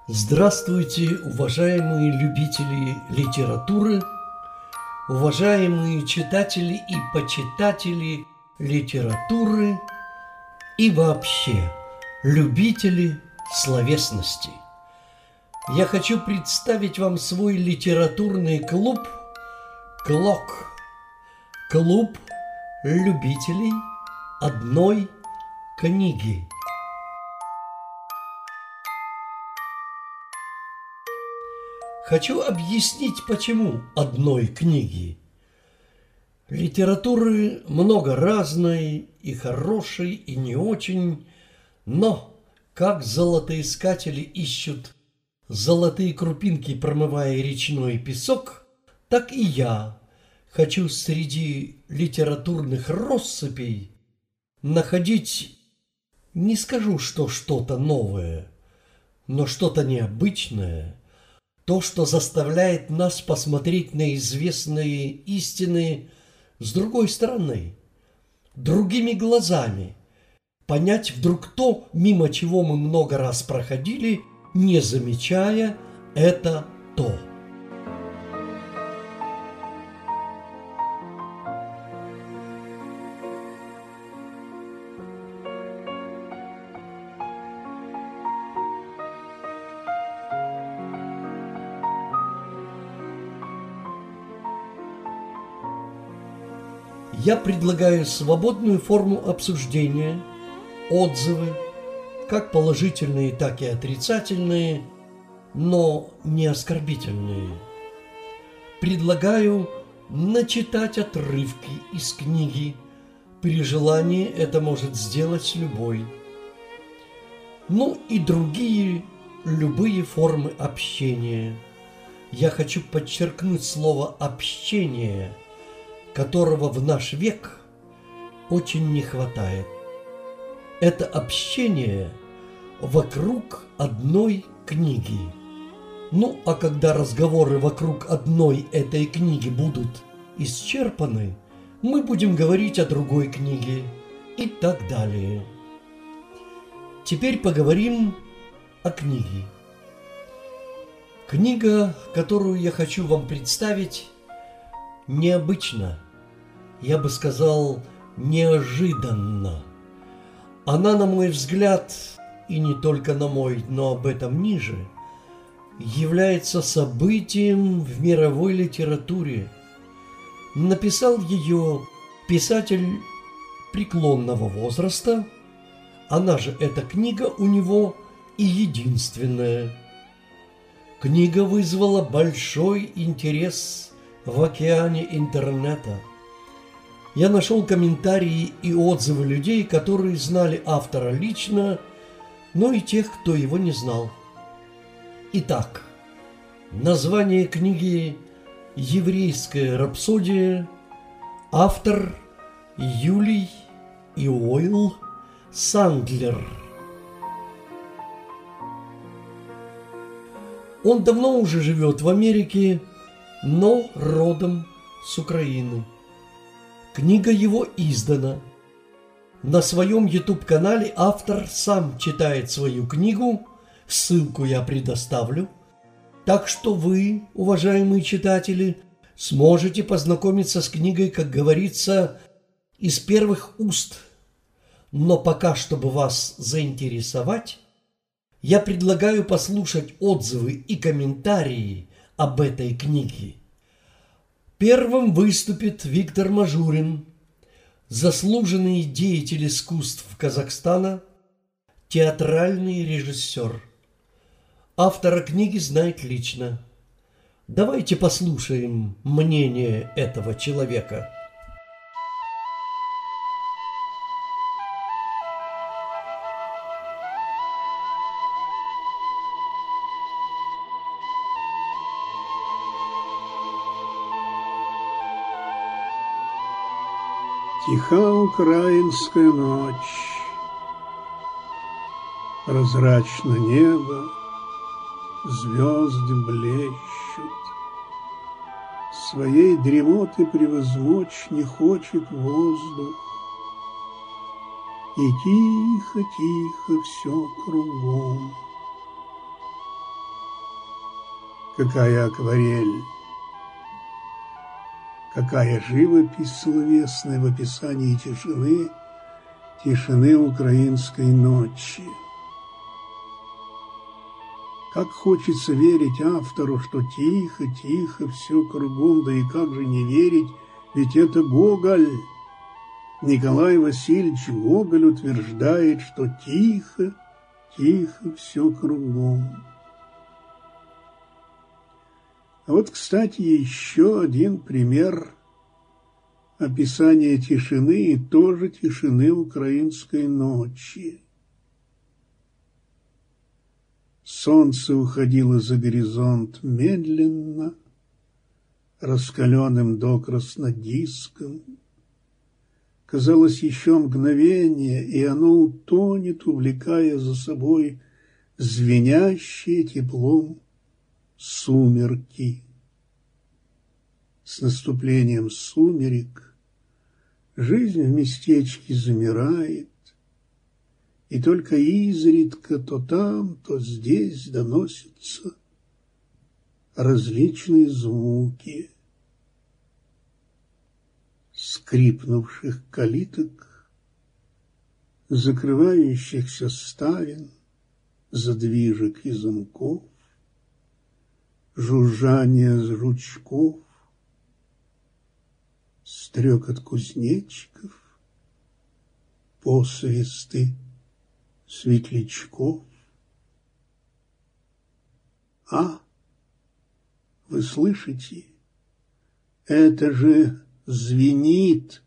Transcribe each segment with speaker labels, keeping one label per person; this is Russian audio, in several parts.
Speaker 1: Здравствуйте, уважаемые любители литературы, уважаемые читатели и почитатели литературы и вообще любители словесности. Я хочу представить вам свой литературный клуб «Клок». Клуб любителей одной книги. Хочу объяснить, почему одной книги. Литературы много разной, и хорошей, и не очень, но как золотоискатели ищут золотые крупинки, промывая речной песок, так и я хочу среди литературных россыпей находить, не скажу, что что-то новое, но что-то необычное, то, что заставляет нас посмотреть на известные истины с другой стороны, другими глазами, понять вдруг то, мимо чего мы много раз проходили, не замечая это то. Я предлагаю свободную форму обсуждения, отзывы, как положительные, так и отрицательные, но не оскорбительные. Предлагаю начитать отрывки из книги. При желании это может сделать любой. Ну и другие, любые формы общения. Я хочу подчеркнуть слово «общение», которого в наш век очень не хватает. Это общение вокруг одной книги. Ну, а когда разговоры вокруг одной этой книги будут исчерпаны, мы будем говорить о другой книге и так далее. Теперь поговорим о книге. Книга, которую я хочу вам представить, необычна. Я бы сказал, неожиданно. Она, на мой взгляд, и не только на мой, но об этом ниже, является событием в мировой литературе. Написал ее писатель преклонного возраста, она же эта книга у него и единственная. Книга вызвала большой интерес в океане интернета. Я нашел комментарии и отзывы людей, которые знали автора лично, но и тех, кто его не знал. Итак, название книги «Еврейская рапсодия», автор Юлий Йоэл Сандлер. Он давно уже живет в Америке, но родом с Украины. Книга его издана. На своем YouTube-канале автор сам читает свою книгу, ссылку я предоставлю, так что вы, уважаемые читатели, сможете познакомиться с книгой, как говорится, из первых уст. Но пока, чтобы вас заинтересовать, я предлагаю послушать отзывы и комментарии об этой книге. Первым выступит Виктор Мажурин, заслуженный деятель искусств Казахстана, театральный режиссер. Автора книги знает лично. Давайте послушаем мнение этого человека.
Speaker 2: Тиха украинская ночь, прозрачно небо, звезды блещут. Своей дремоты превозмочь не хочет воздух, и тихо-тихо все кругом. какая акварель, какая живопись словесная в описании тишины, тишины украинской ночи. Как хочется верить автору, что тихо, тихо, все кругом, да и как же не верить, ведь это Гоголь. Николай Васильевич Гоголь утверждает, что тихо, тихо, все кругом. А вот, кстати, еще один пример описания тишины и тоже тишины украинской ночи. Солнце уходило за горизонт медленно, раскаленным докрасно диском. Казалось, еще мгновение, и оно утонет, увлекая за собой звенящие теплом сумерки. С наступлением сумерек жизнь в местечке замирает, и только изредка то там, то здесь доносятся различные звуки скрипнувших калиток, закрывающихся ставен, задвижек и замков, жужжание жучков, стрекот кузнечиков, посвисты светлячков. А, вы слышите? Это же звенит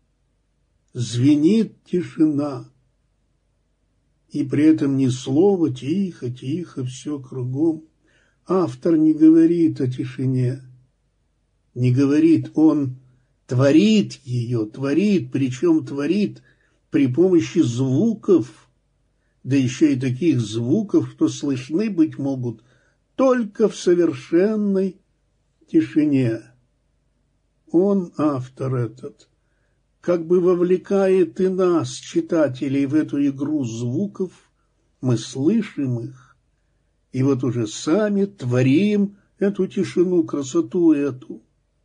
Speaker 2: тишина. И при этом ни слова, тихо, тихо, все кругом. Автор не говорит о тишине. Не говорит, он творит ее, творит, причем творит при помощи звуков, да еще и таких звуков, что слышны быть могут только в совершенной тишине. Он, автор этот, как бы вовлекает и нас, читателей, в эту игру звуков, мы слышим их, и вот уже сами творим эту тишину, красоту эту.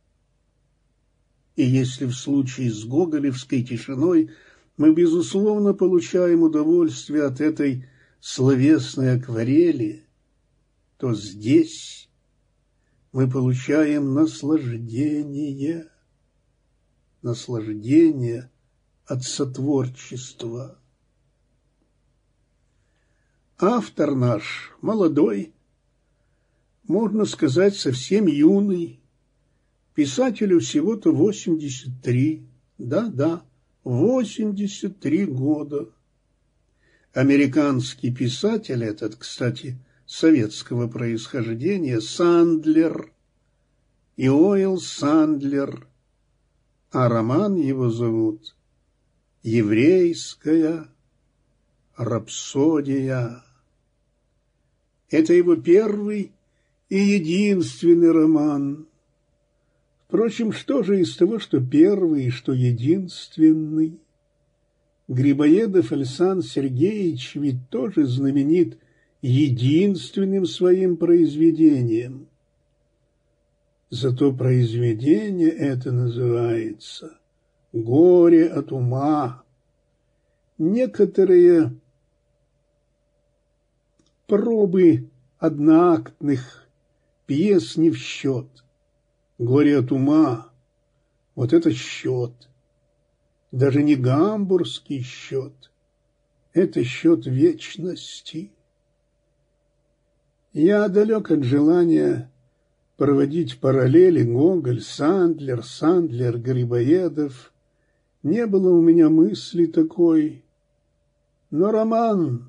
Speaker 2: И если в случае с гоголевской тишиной мы, безусловно, получаем удовольствие от этой словесной акварели, то здесь мы получаем наслаждение от сотворчества. Автор наш молодой, можно сказать, совсем юный, писателю всего-то 83, да-да, 83 года. Американский писатель этот, кстати, советского происхождения, Сандлер, Иоэл Сандлер, а роман его зовут «Еврейская рапсодия». Это его первый и единственный роман. Впрочем, что же из того, что первый и что единственный? Грибоедов Александр Сергеевич ведь тоже знаменит единственным своим произведением. Зато произведение это называется «Горе от ума». Некоторые пробы одноактных пьес не в счет. «Горе от ума» — вот это счет. Даже не гамбургский счет. Это счет вечности. Я далек от желания проводить параллели Гоголь, Сандлер, Грибоедов. Не было у меня мысли такой. Но роман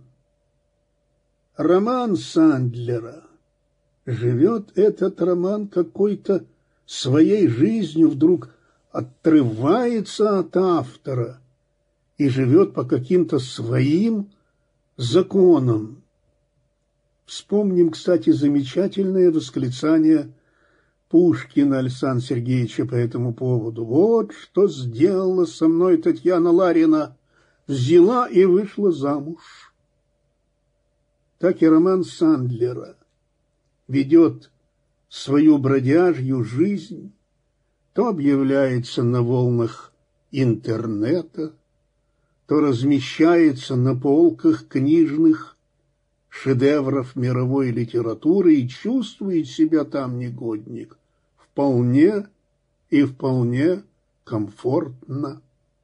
Speaker 2: Сандлера, живет этот роман какой-то своей жизнью, вдруг отрывается от автора и живет по каким-то своим законам. Вспомним, кстати, замечательное восклицание Пушкина Александра Сергеевича по этому поводу. «Вот что сделала со мной Татьяна Ларина, взяла и вышла замуж». Так и роман Сандлера ведет свою бродяжью жизнь, то объявляется на волнах интернета, то размещается на полках книжных шедевров мировой литературы и чувствует себя там негодник вполне и вполне комфортно.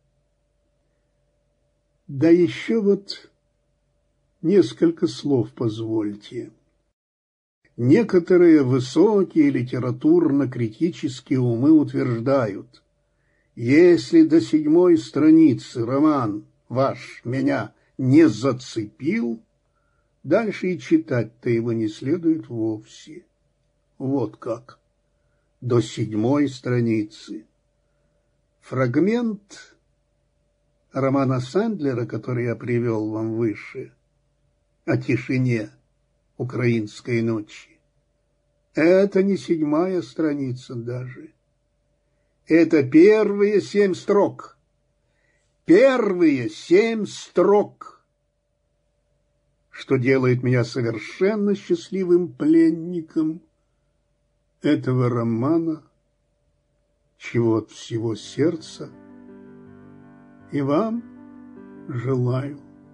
Speaker 2: Да еще вот несколько слов позвольте. Некоторые высокие литературно-критические умы утверждают, если до 7 страницы роман ваш меня не зацепил, дальше и читать-то его не следует вовсе. Вот как. До 7 страницы. Фрагмент романа Сандлера, который я привел вам выше, о тишине украинской ночи, это не 7 страница даже. Это первые 7 строк. Первые 7 строк. Что делает меня совершенно счастливым пленником этого романа, чего от всего сердца и вам желаю.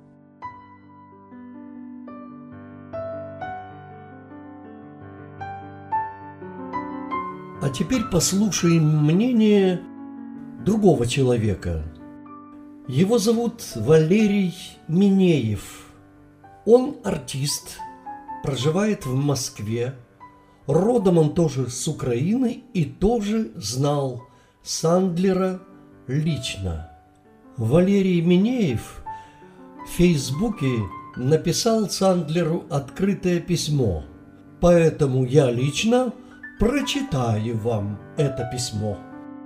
Speaker 1: А теперь послушаем мнение другого человека. Его зовут Валерий Минеев. Он артист, проживает в Москве. Родом он тоже с Украины и тоже знал Сандлера лично. Валерий Минеев в Фейсбуке написал Сандлеру открытое письмо. Поэтому я лично прочитаю вам это письмо.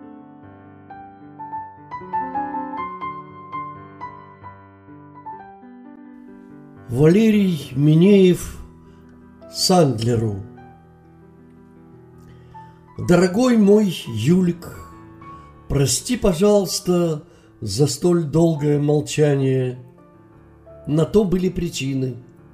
Speaker 1: Валерий Минеев Сандлеру. Дорогой мой Юлик, прости, пожалуйста, за столь долгое молчание. На то были причины.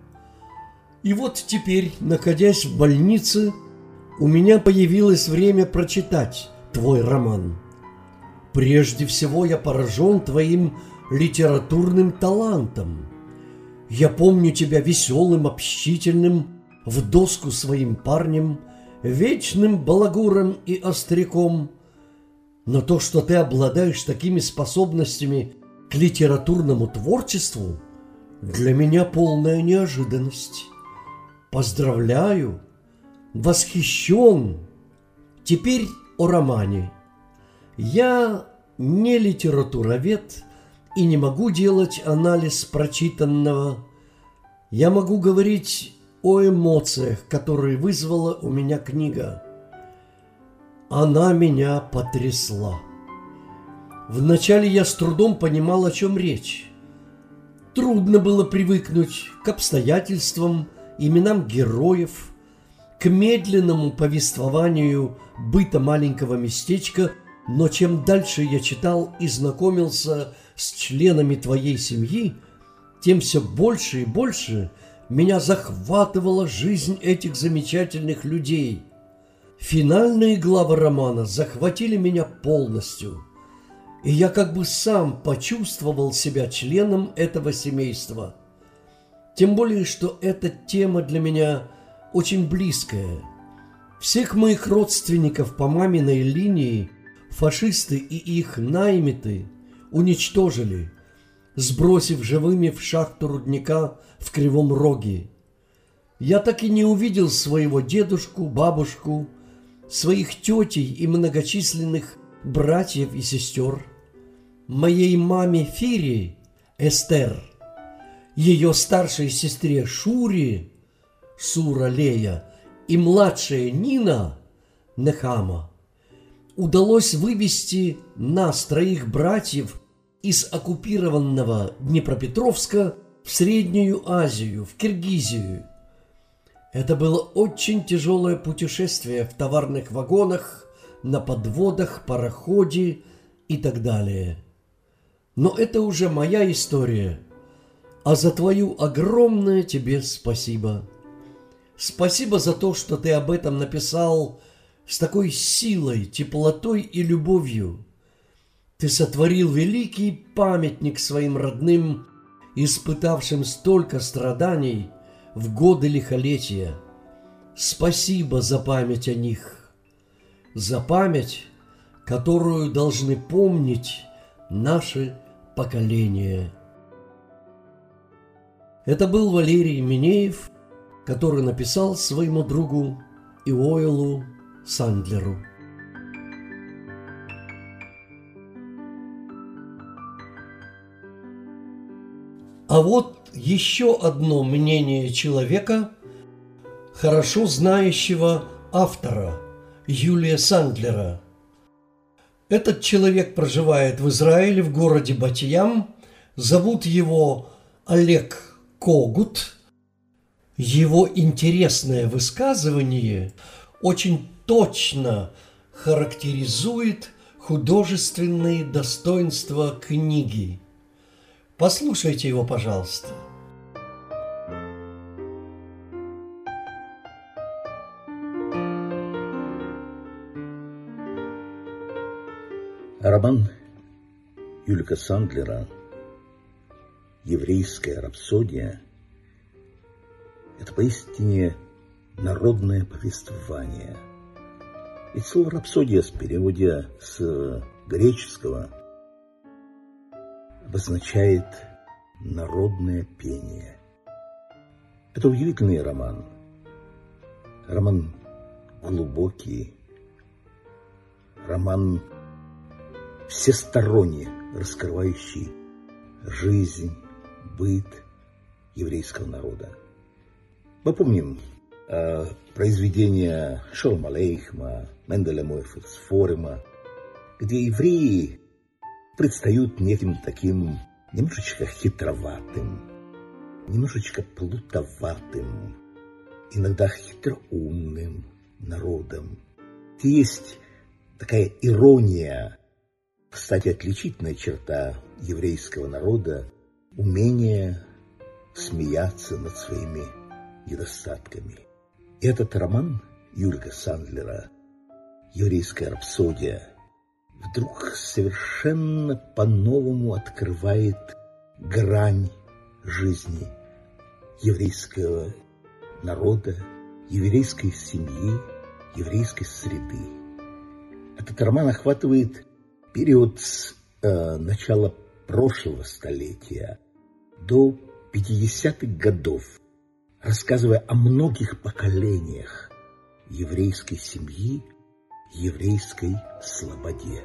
Speaker 1: И вот теперь, находясь в больнице, у меня появилось время прочитать твой роман. Прежде всего я поражен твоим литературным талантом. Я помню тебя веселым, общительным, в доску своим парнем, вечным балагуром и остряком. Но то, что ты обладаешь такими способностями к литературному творчеству, для меня полная неожиданность. Поздравляю, восхищен. Теперь о романе. Я не литературовед и не могу делать анализ прочитанного. Я могу говорить о эмоциях, которые вызвала у меня книга. Она меня потрясла. Вначале я с трудом понимал, о чем речь. Трудно было привыкнуть к обстоятельствам, именам героев, к медленному повествованию быта маленького местечка, но чем дальше я читал и знакомился с членами твоей семьи, тем все больше и больше меня захватывала жизнь этих замечательных людей. Финальные главы романа захватили меня полностью, и я как бы сам почувствовал себя членом этого семейства. Тем более, что эта тема для меня очень близкая. Всех моих родственников по маминой линии фашисты и их наймиты уничтожили, сбросив живыми в шахту рудника в Кривом Роге. Я так и не увидел своего дедушку, бабушку, своих тетей и многочисленных братьев и сестер. Моей маме Фире, Эстер, ее старшей сестре Шуре, Сура Лея, и младшая Нина, Нехама, удалось вывести нас, 3 братьев, из оккупированного Днепропетровска в Среднюю Азию, в Киргизию. Это было очень тяжелое путешествие в товарных вагонах, на подводах, пароходе и так далее. Но это уже моя история, а за твою огромное тебе спасибо. Спасибо за то, что ты об этом написал с такой силой, теплотой и любовью. Ты сотворил великий памятник своим родным, испытавшим столько страданий в годы лихолетия. Спасибо за память о них, за память, которую должны помнить наши поколения. Это был Валерий Минеев, который написал своему другу Иоэлу Сандлеру. А вот еще одно мнение человека, хорошо знающего автора Юлия Сандлера. Этот человек проживает в Израиле, в городе Батиям. Зовут его Олег Когут. Его интересное высказывание очень точно характеризует художественные достоинства книги. Послушайте его, пожалуйста.
Speaker 3: Роман Юлика Сандлера «Еврейская рапсодия» – это поистине народное повествование. Ведь слово «рапсодия» в переводе с греческого обозначает народное пение. Это удивительный роман. Роман глубокий, роман всесторонне раскрывающий жизнь, быт еврейского народа. Мы помним произведения Шолома Алейхема, Менделя Мойфельсфорима, где евреи предстают неким таким немножечко хитроватым, немножечко плутоватым, иногда хитроумным народом. Есть такая ирония. Кстати, отличительная черта еврейского народа – умение смеяться над своими недостатками. И этот роман Юлика Сандлера «Еврейская рапсодия» вдруг совершенно по-новому открывает грань жизни еврейского народа, еврейской семьи, еврейской среды. Этот роман охватывает период с начала прошлого столетия до 50-х годов, рассказывая о многих поколениях еврейской семьи, еврейской слободе.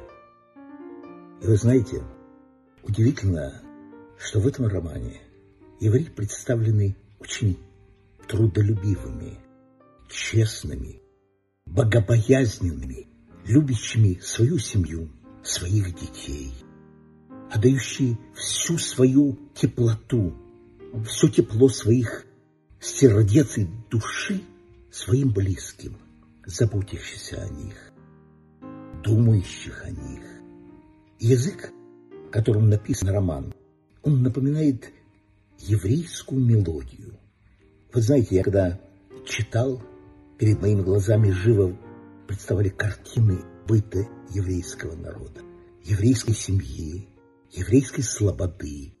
Speaker 3: И вы знаете, удивительно, что в этом романе евреи представлены очень трудолюбивыми, честными, богобоязненными, любящими свою семью, своих детей, отдающие всю свою теплоту, все тепло своих сердец и души своим близким, заботящихся о них, думающих о них. Язык, которым написан роман, он напоминает еврейскую мелодию. Вы знаете, я когда читал, перед моими глазами живо представали картины быта еврейского народа, еврейской семьи, еврейской слободы.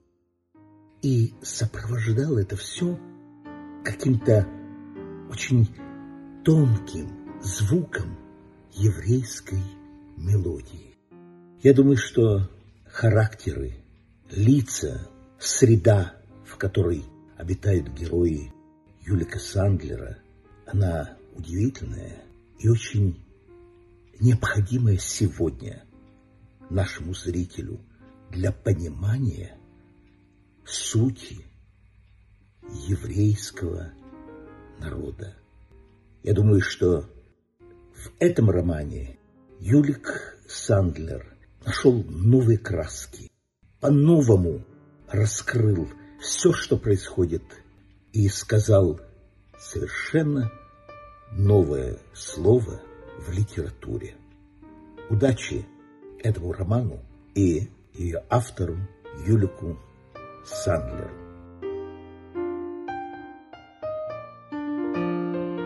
Speaker 3: И сопровождал это все каким-то очень тонким звуком еврейской мелодии. Я думаю, что характеры, лица, среда, в которой обитают герои Юлика Сандлера, она удивительная и очень необходимая сегодня нашему зрителю для понимания сути еврейского народа. Я думаю, что в этом романе Юлик Сандлер нашел новые краски, по-новому раскрыл все, что происходит, и сказал совершенно новое слово в литературе. Удачи этому роману и ее автору Юлику Сандлеру.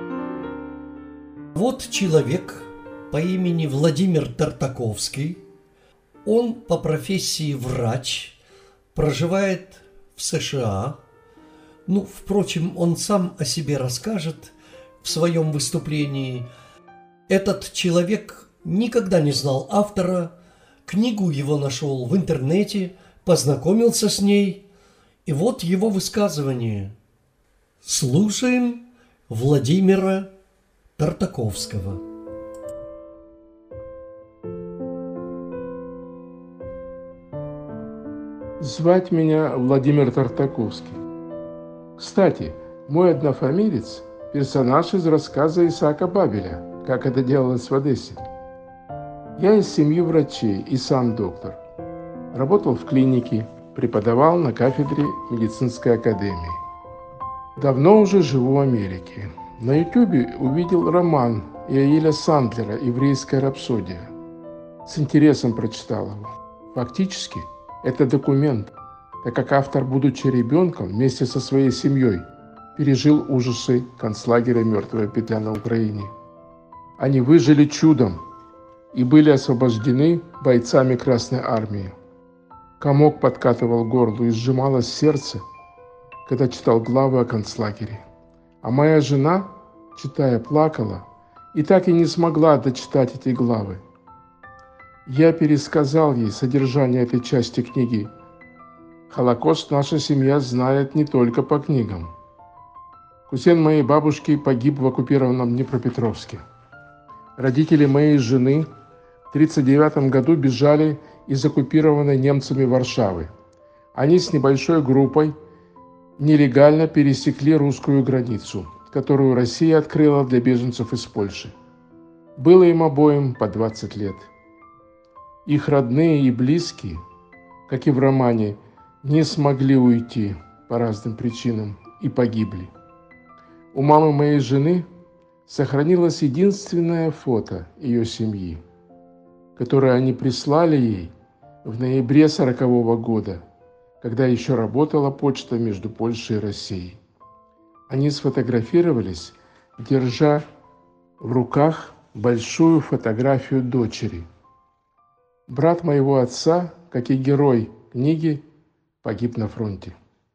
Speaker 1: Вот человек по имени Владимир Тартаковский. Он по профессии врач, проживает в США. Впрочем, он сам о себе расскажет в своем выступлении. Этот человек никогда не знал автора, книгу его нашел в интернете, познакомился с ней, и вот его высказывание. Слушаем Владимира Тартаковского.
Speaker 4: Звать меня Владимир Тартаковский. Кстати, мой однофамилец – персонаж из рассказа Исаака Бабеля «Как это делалось в Одессе». Я из семьи врачей и сам доктор. Работал в клинике, преподавал на кафедре медицинской академии. Давно уже живу в Америке. На Ютубе увидел роман Иоэля Сандлера «Еврейская рапсодия». С интересом прочитал его. Фактически, это документ, так как автор, будучи ребенком, вместе со своей семьей пережил ужасы концлагеря «Мертвая петля» на Украине. Они выжили чудом и были освобождены бойцами Красной Армии. Комок подкатывал к горлу и сжималось сердце, когда читал главы о концлагере. А моя жена, читая, плакала и так и не смогла дочитать эти главы. Я пересказал ей содержание этой части книги. Холокост наша семья знает не только по книгам. Кузен моей бабушки погиб в оккупированном Днепропетровске. Родители моей жены в 1939 году бежали из оккупированной немцами Варшавы. Они с небольшой группой нелегально пересекли русскую границу, которую Россия открыла для беженцев из Польши. Было им обоим по 20 лет. Их родные и близкие, как и в романе, не смогли уйти по разным причинам и погибли. У мамы моей жены сохранилось единственное фото ее семьи, которое они прислали ей в ноябре 1940 года, когда еще работала почта между Польшей и Россией. Они сфотографировались, держа в руках большую фотографию дочери. Брат моего отца, как и герой книги, погиб на фронте.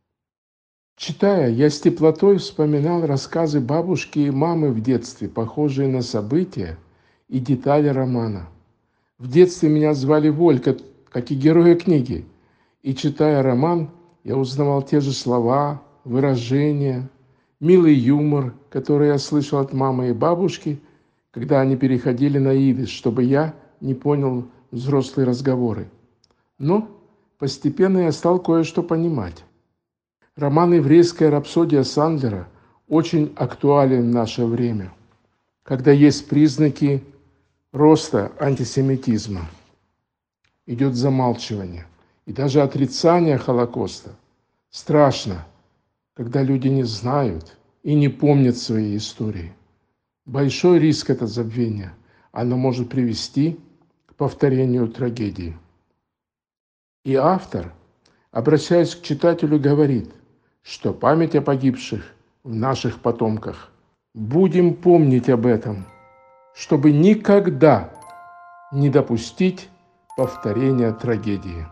Speaker 4: Читая, я с теплотой вспоминал рассказы бабушки и мамы в детстве, похожие на события и детали романа. В детстве меня звали Волька, как и героя книги, и, читая роман, я узнавал те же слова, выражения, милый юмор, который я слышал от мамы и бабушки, когда они переходили на идиш, чтобы я не понял взрослые разговоры. Но постепенно я стал кое-что понимать. Роман «Еврейская рапсодия» Сандлера очень актуален в наше время, когда есть признаки роста антисемитизма. Идет замалчивание и даже отрицание Холокоста. Страшно, когда люди не знают и не помнят своей истории. Большой риск это забвения. Оно может привести к повторению трагедии. И автор, обращаясь к читателю, говорит, что память о погибших в наших потомках. Будем помнить об этом, чтобы никогда не допустить повторения трагедии.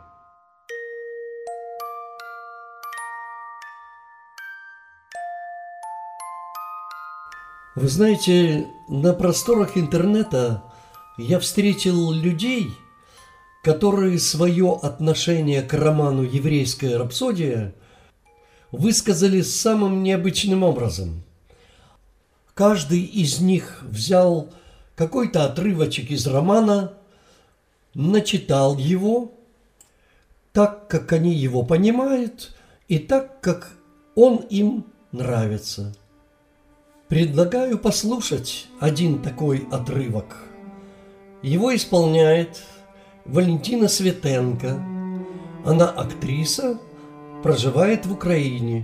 Speaker 1: Вы знаете, на просторах интернета я встретил людей, которые свое отношение к роману «Еврейская рапсодия» высказали самым необычным образом. Каждый из них взял какой-то отрывочек из романа, начитал его так, как они его понимают, и так, как он им нравится. Предлагаю послушать один такой отрывок. Его исполняет Валентина Светенко. Она актриса, проживает в Украине.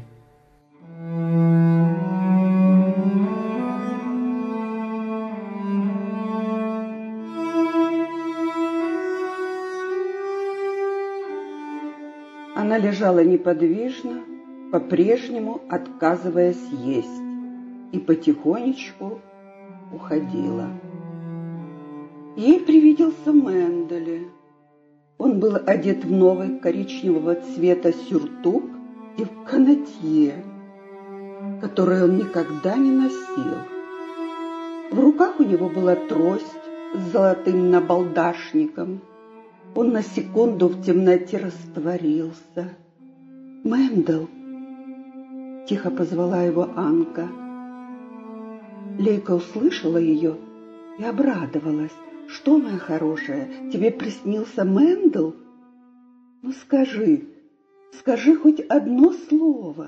Speaker 5: Она лежала неподвижно, по-прежнему отказываясь есть, и потихонечку уходила. Ей привиделся Менделе. Он был одет в новый коричневого цвета сюртук и в канатье, который он никогда не носил. В руках у него была трость с золотым набалдашником. Он на секунду в темноте растворился. «Мендел!» — тихо позвала его Анка. Лейка услышала ее и обрадовалась. «Что, моя хорошая, тебе приснился Мендел? Ну скажи хоть одно слово».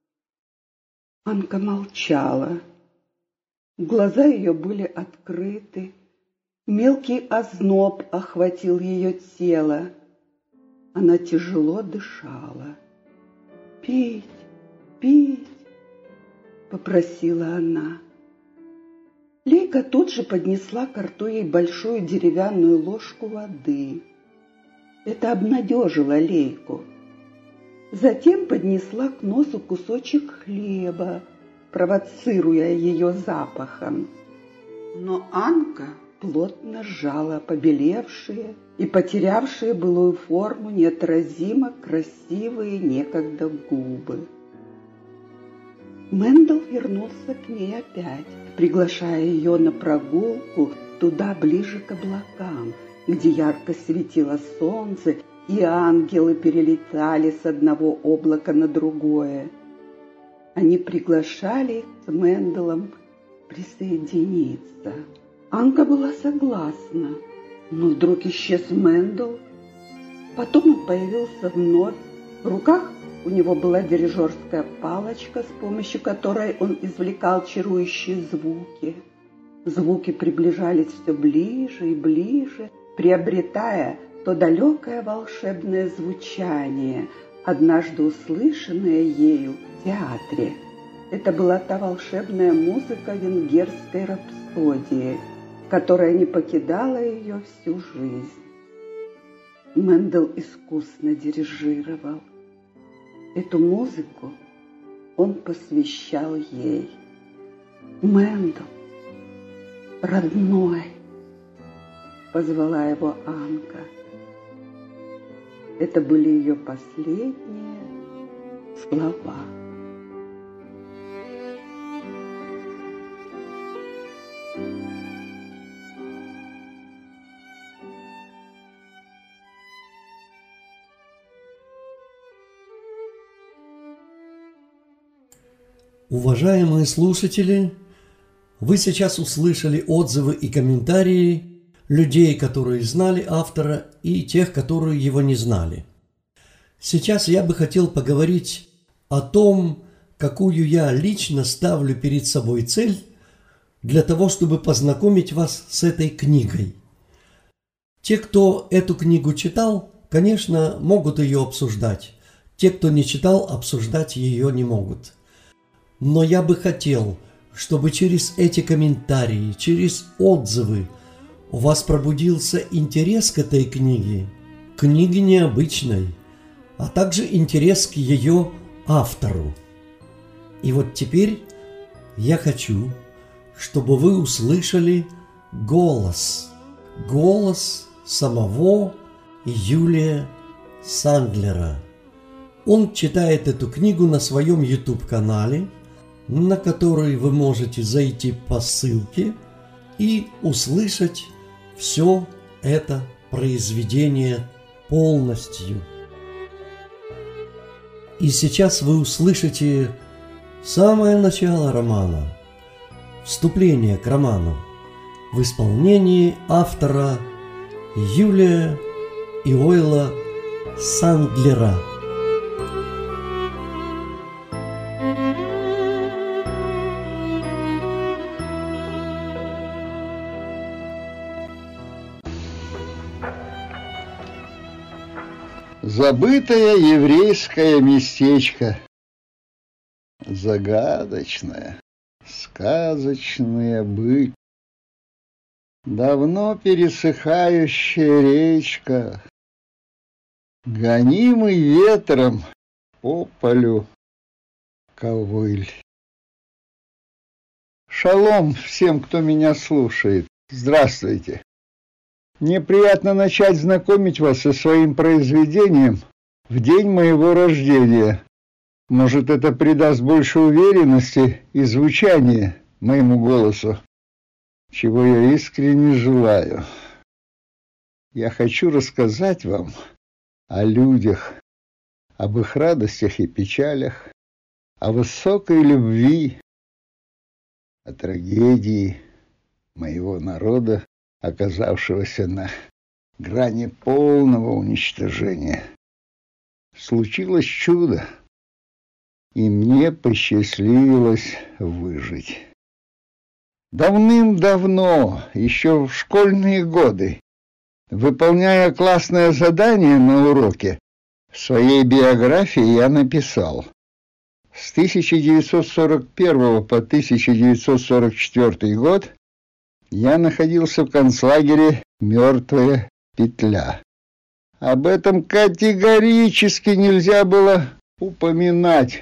Speaker 5: Анка молчала. Глаза ее были открыты. Мелкий озноб охватил ее тело. Она тяжело дышала. «Пить, пить!» — попросила она. Лейка тут же поднесла к рту ей большую деревянную ложку воды. Это обнадежило Лейку. Затем поднесла к носу кусочек хлеба, провоцируя ее запахом. Но Анка плотно сжала побелевшие и потерявшие былую форму неотразимо красивые некогда губы. Мендел вернулся к ней опять, приглашая ее на прогулку туда, ближе к облакам, где ярко светило солнце, и ангелы перелетали с одного облака на другое. Они приглашали их с Менделом присоединиться. Анка была согласна, но вдруг исчез Мендел. Потом он появился вновь. В руках у него была дирижерская палочка, с помощью которой он извлекал чарующие звуки. Звуки приближались все ближе и ближе, приобретая то далекое волшебное звучание, однажды услышанное ею в театре. Это была та волшебная музыка венгерской рапсодии, которая не покидала ее всю жизнь. Мендел искусно дирижировал. Эту музыку он посвящал ей. «Мендел, родной!» — позвала его Анка. Это были ее последние слова.
Speaker 1: Уважаемые слушатели, вы сейчас услышали отзывы и комментарии людей, которые знали автора, и тех, которые его не знали. Сейчас я бы хотел поговорить о том, какую я лично ставлю перед собой цель для того, чтобы познакомить вас с этой книгой. Те, кто эту книгу читал, конечно, могут ее обсуждать. Те, кто не читал, обсуждать ее не могут. Но я бы хотел, чтобы через эти комментарии, через отзывы у вас пробудился интерес к этой книге необычной, а также интерес к ее автору. И вот теперь я хочу, чтобы вы услышали голос самого Юлия Сандлера. Он читает эту книгу на своем YouTube-канале, на который вы можете зайти по ссылке и услышать все это произведение полностью. И сейчас вы услышите самое начало романа, вступление к роману в исполнении автора Юлия Иойла Сандлера.
Speaker 2: Забытое еврейское местечко. Загадочная, сказочная быль. Давно пересыхающая речка, гонимый ветром по полю ковыль.
Speaker 6: Шалом всем, кто меня слушает. Здравствуйте. Мне приятно начать знакомить вас со своим произведением в день моего рождения. Может, это придаст больше уверенности и звучания моему голосу, чего я искренне желаю. Я хочу рассказать вам о людях, об их радостях и печалях, о высокой любви, о трагедии моего народа, оказавшегося на грани полного уничтожения. Случилось чудо, и мне посчастливилось выжить. Давным-давно, еще в школьные годы, выполняя классное задание на уроке, в своей биографии я написал: с 1941 по 1944 год я находился в концлагере «Мертвая петля». Об этом категорически нельзя было упоминать.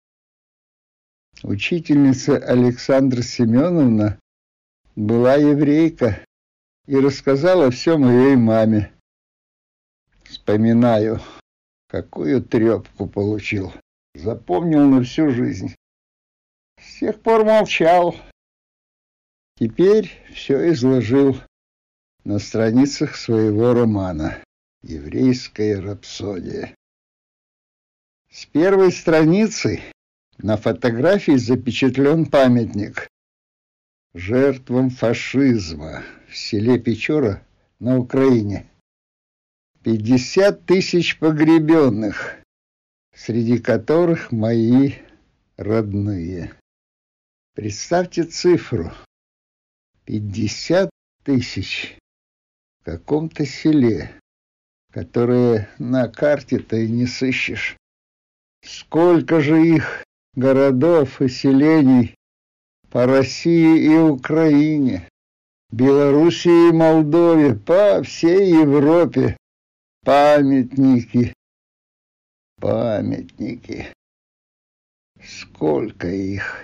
Speaker 6: Учительница Александра Семеновна была еврейка и рассказала все моей маме. Вспоминаю, какую трепку получил. Запомнил на всю жизнь. С тех пор молчал. Теперь все изложил на страницах своего романа «Еврейская рапсодия». С первой страницы на фотографии запечатлен памятник жертвам фашизма в селе Печора на Украине. 50 тысяч погребенных, среди которых мои родные. Представьте цифру. 50 тысяч в каком-то селе, которое на карте-то и не сыщешь. Сколько же их городов и селений по России и Украине, Белоруссии и Молдове, по всей Европе. Памятники. Сколько их.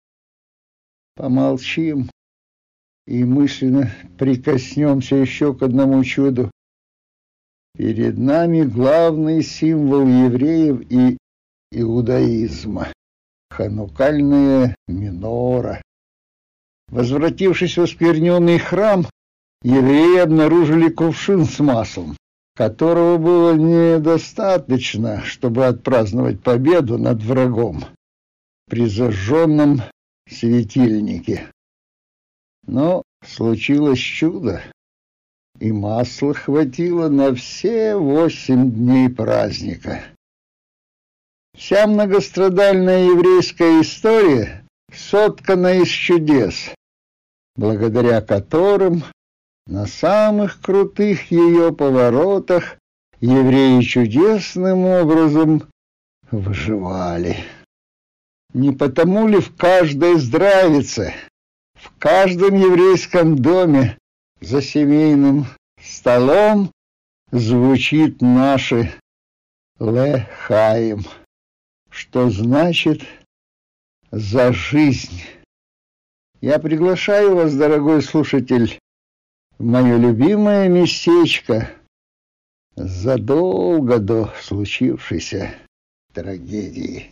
Speaker 6: Помолчим и мысленно прикоснемся еще к одному чуду. Перед нами главный символ евреев и иудаизма — ханукальная минора. Возвратившись в оскверненный храм, евреи обнаружили кувшин с маслом, которого было недостаточно, чтобы отпраздновать победу над врагом при зажженном светильнике. Но случилось чудо, и масла хватило на все 8 дней праздника. Вся многострадальная еврейская история соткана из чудес, благодаря которым на самых крутых ее поворотах евреи чудесным образом выживали. Не потому ли в каждой здравице, в каждом еврейском доме за семейным столом звучит наше «Ле-Хаим», что значит «за жизнь». Я приглашаю вас, дорогой слушатель, в мое любимое местечко задолго до случившейся трагедии.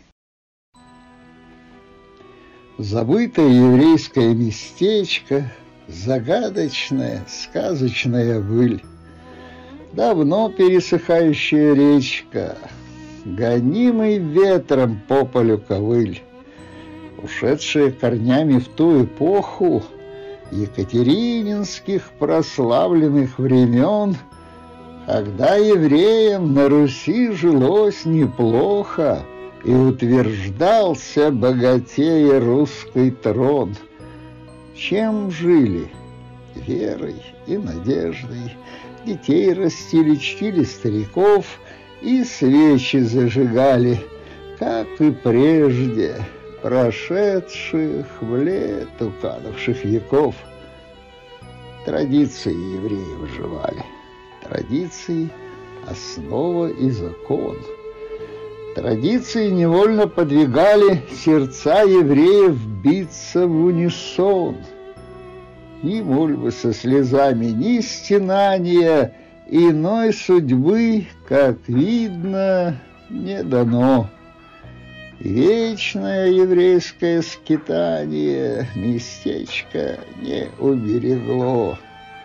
Speaker 6: Забытое еврейское местечко, загадочная, сказочная быль, давно пересыхающая речка, гонимый ветром по полю ковыль, ушедшая корнями в ту эпоху екатерининских прославленных времен, когда евреям на Руси жилось неплохо и утверждался богатея русский трон. Чем жили? Верой и надеждой. Детей растили, чтили стариков и свечи зажигали, как и прежде, прошедших в лету канувших веков. Традиции евреи выживали. Традиции — основа и закон. Традиции невольно подвигали сердца евреев биться в унисон. Ни мольбы со слезами, ни стенания, иной судьбы, как видно, не дано. Вечное еврейское скитание местечко не уберегло.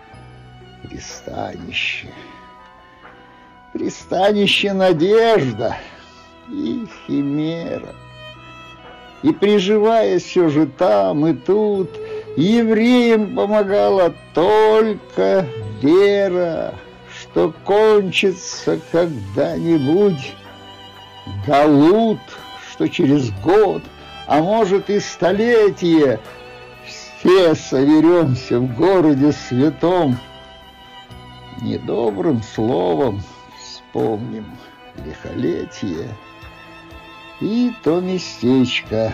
Speaker 6: Пристанище надежда и химера. И приживаясь все же там и тут, евреям помогала только вера, что кончится когда-нибудь галут, что через год, а может и столетие, все соберемся в городе святом, недобрым словом вспомним лихолетие и то местечко,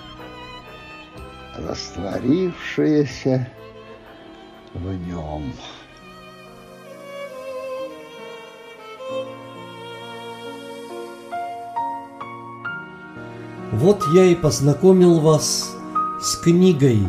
Speaker 6: растворившееся в нем.
Speaker 1: Вот я и познакомил вас с книгой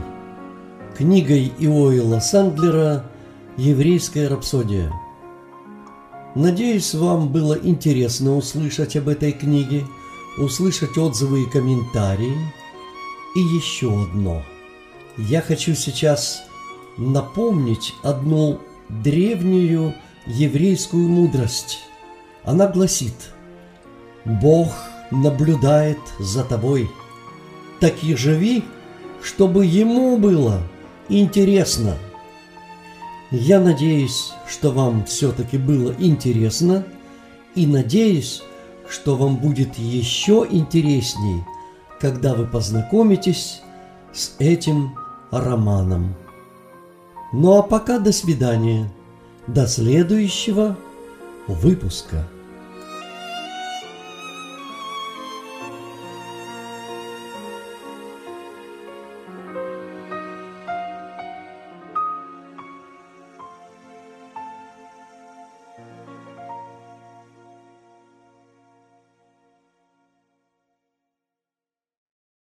Speaker 1: Иоэла Сандлера «Еврейская рапсодия». Надеюсь, вам было интересно услышать об этой книге, услышать отзывы и комментарии. И еще одно. Я хочу сейчас напомнить одну древнюю еврейскую мудрость. Она гласит: «Бог наблюдает за тобой. Так и живи, чтобы ему было интересно». Я надеюсь, что вам все-таки было интересно, и надеюсь, что вам будет еще интересней, когда вы познакомитесь с этим романом. Ну а пока до свидания, до следующего выпуска.